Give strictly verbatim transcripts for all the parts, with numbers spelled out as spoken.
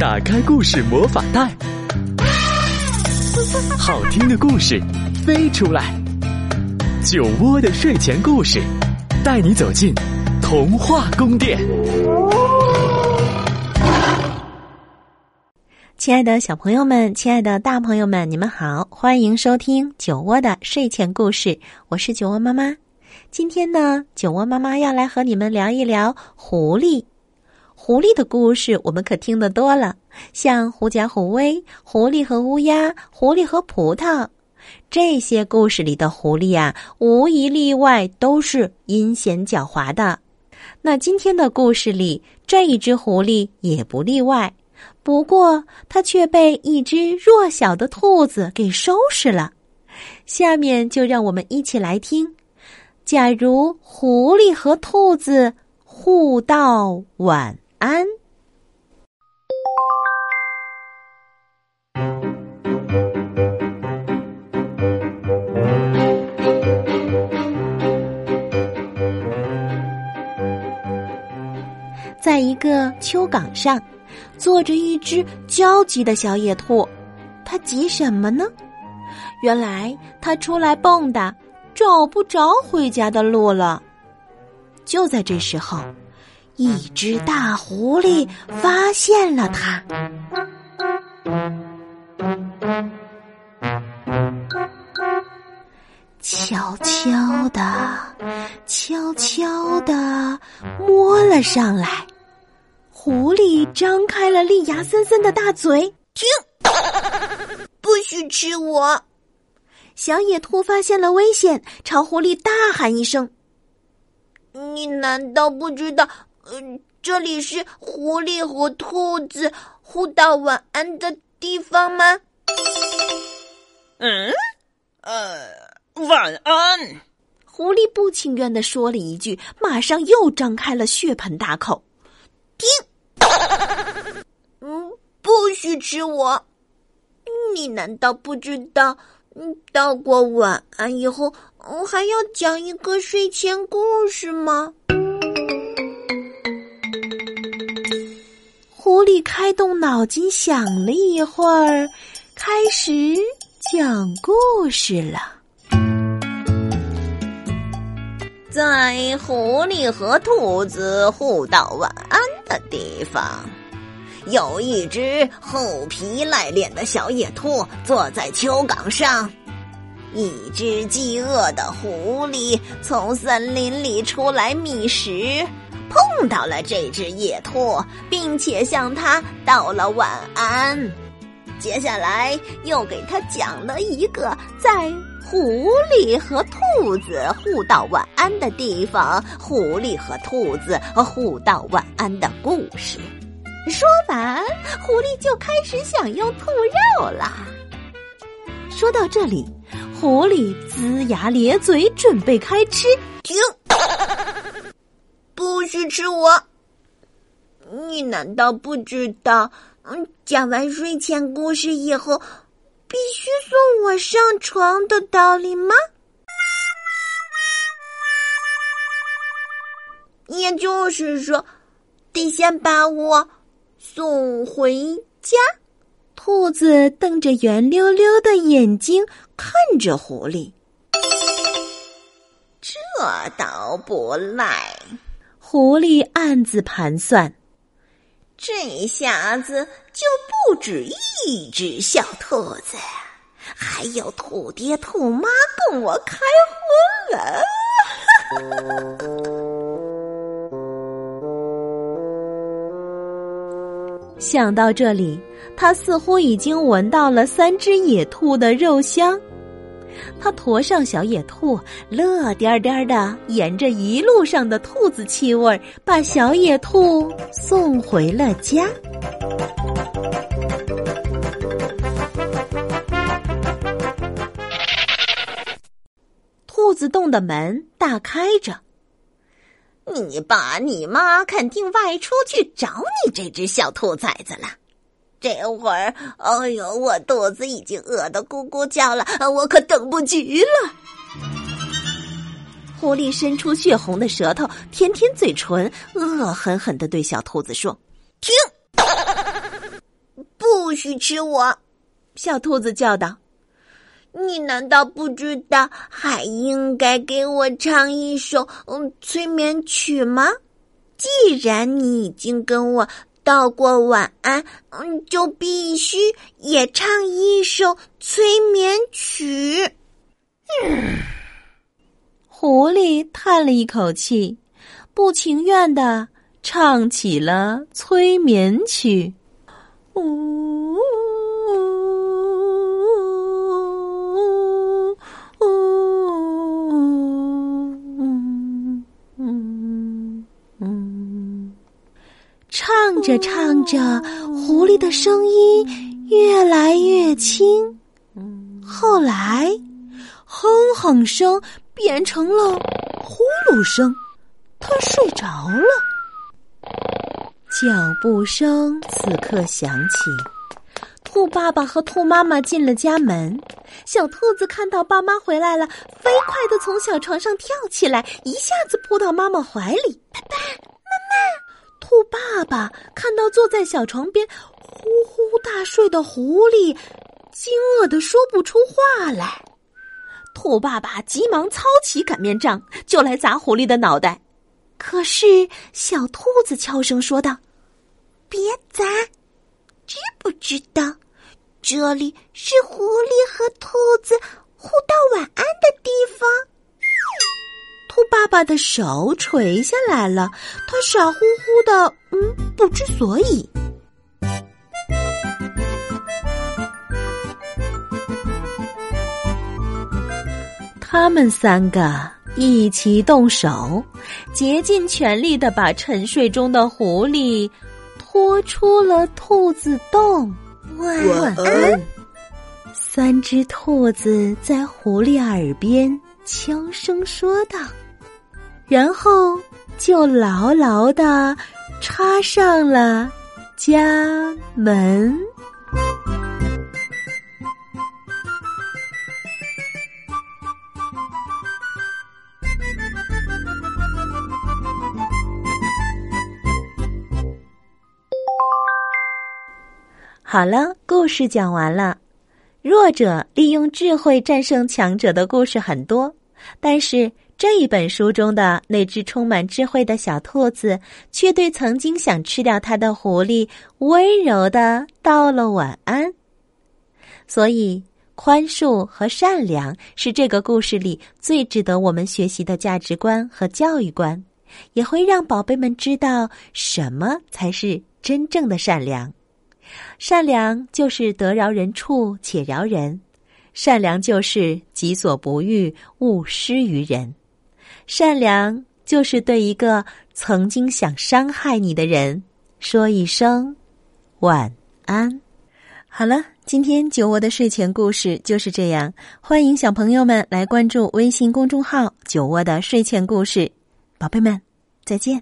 打开故事魔法袋，好听的故事飞出来。酒窝的睡前故事，带你走进童话宫殿。 亲爱的小朋友们，亲爱的大朋友们，你们好，欢迎收听酒窝的睡前故事，我是酒窝妈妈。今天呢，酒窝妈妈要来和你们聊一聊狐狸。狐狸的故事我们可听得多了，像狐假虎威、狐狸和乌鸦、狐狸和葡萄，这些故事里的狐狸啊，无一例外都是阴险狡猾的。那今天的故事里，这一只狐狸也不例外，不过它却被一只弱小的兔子给收拾了。下面就让我们一起来听，假如狐狸和兔子互道晚安。在一个丘岗上，坐着一只焦急的小野兔，它急什么呢？原来它出来蹦跶，找不着回家的路了。就在这时候，一只大狐狸发现了它。悄悄地，悄悄地摸了上来。狐狸张开了利牙森森的大嘴， 停！不许吃我！ 小野兔发现了危险，朝狐狸大喊一声： 你难道不知道，呃，这里是狐狸和兔子互道晚安的地方吗？ 嗯，呃，晚安。 狐狸不情愿地说了一句，马上又张开了血盆大口。 停！嗯，不许吃我！你难道不知道，嗯，道过晚安以后，嗯，还要讲一个睡前故事吗？ 狐狸开动脑筋想了一会儿，开始讲故事了。 在狐狸和兔子互道晚安的地方，有一只厚皮赖脸的小野兔坐在丘岗上。一只饥饿的狐狸从森林里出来觅食，碰到了这只野兔，并且向它道了晚安。接下来又给它讲了一个在狐狸和兔子互道晚安的地方，狐狸和兔子互道晚安的故事。说完，狐狸就开始享用兔肉了。 说到这里，狐狸龇牙咧嘴，准备开吃。 停！不许吃我！你难道不知道，嗯，讲完睡前故事以后，必须送我上床的道理吗？也就是说，得先把我送回家。 兔子瞪着圆溜溜的眼睛看着狐狸， 这倒不赖。 狐狸暗自盘算， 这下子就不止一只小兔子，还有兔爹兔妈跟我开荤了。 想到这里，他似乎已经闻到了三只野兔的肉香。他驮上小野兔，乐颠颠的沿着一路上的兔子气味，把小野兔送回了家。兔子洞的门大开着， 你爸你妈肯定外出去找你这只小兔崽子了。这会儿，哎呦，我肚子已经饿得咕咕叫了，我可等不及了。 狐狸伸出血红的舌头，舔舔嘴唇，恶狠狠地对小兔子说： 停！ 不许吃我！ 小兔子叫道。 你难道不知道还应该给我唱一首嗯催眠曲吗？既然你已经跟我道过晚安，嗯，就必须也唱一首催眠曲。 嗯，狐狸叹了一口气，不情愿地唱起了催眠曲。呜唱着唱着，狐狸的声音越来越轻，后来哼哼声变成了呼噜声，他睡着了。脚步声此刻响起，兔爸爸和兔妈妈进了家门。小兔子看到爸妈回来了，飞快地从小床上跳起来，一下子扑到妈妈怀里。爸爸，妈妈！兔爸爸看到坐在小床边呼呼大睡的狐狸，惊愕地说不出话来。兔爸爸急忙操起擀面杖，就来砸狐狸的脑袋。可是小兔子悄声说道： 别砸，知不知道这里是狐狸和兔子互道晚安的地方？ 兔爸爸的手垂下来了，他傻乎乎的，嗯，不知所以。他们三个一起动手，竭尽全力地把沉睡中的狐狸拖出了兔子洞。 晚安。 三只兔子在狐狸耳边悄声说道，然后就牢牢地插上了家门。好了，故事讲完了。弱者利用智慧战胜强者的故事很多，但是这一本书中的那只充满智慧的小兔子，却对曾经想吃掉它的狐狸温柔地道了晚安。所以，宽恕和善良是这个故事里最值得我们学习的价值观和教育观，也会让宝贝们知道什么才是真正的善良。善良就是得饶人处且饶人，善良就是己所不欲，勿施于人。善良就是对一个曾经想伤害你的人说一声晚安。好了，今天酒窝的睡前故事就是这样，欢迎小朋友们来关注微信公众号酒窝的睡前故事。宝贝们，再见。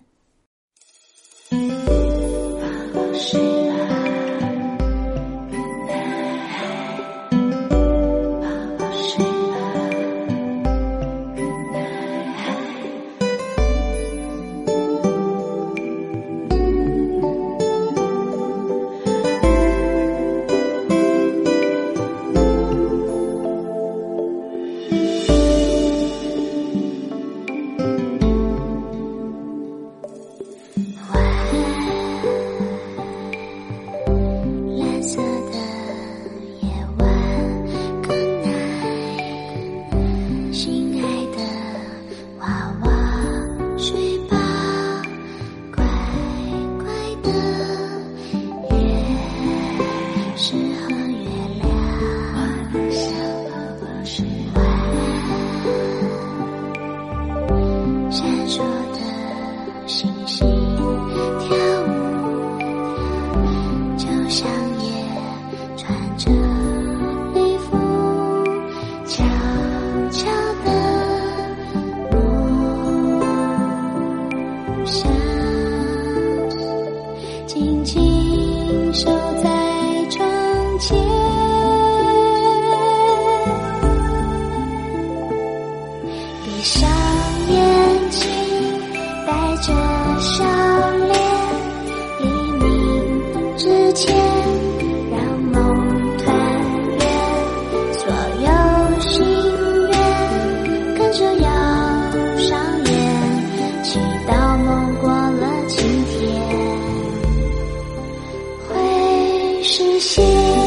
笑脸，黎明之前现。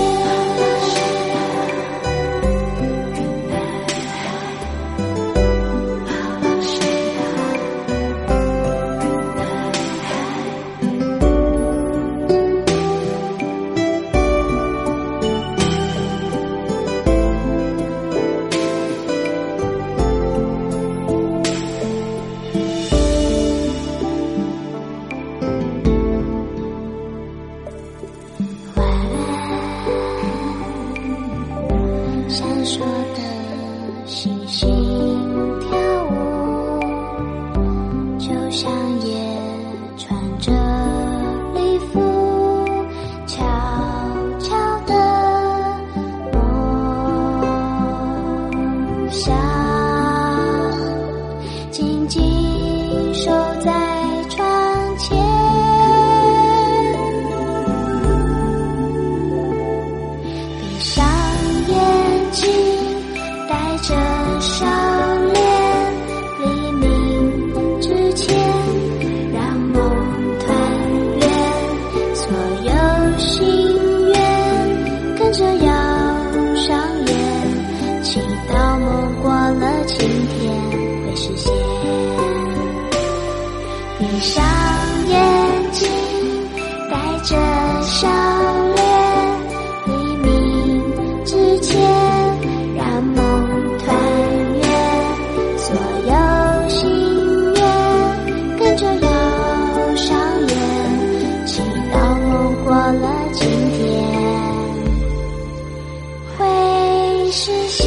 闪烁的星星跳舞，就像夜穿着礼服，悄悄地梦想，紧紧守在窗前。闭上眼睛，带着笑脸，黎明之前让梦团圆，所有心愿跟着要上演，祈祷梦过了今天会实现。闭上眼睛，带着笑脸，黎明之前让梦团圆，所有心愿跟着要上演，祈祷梦过了今天会实现。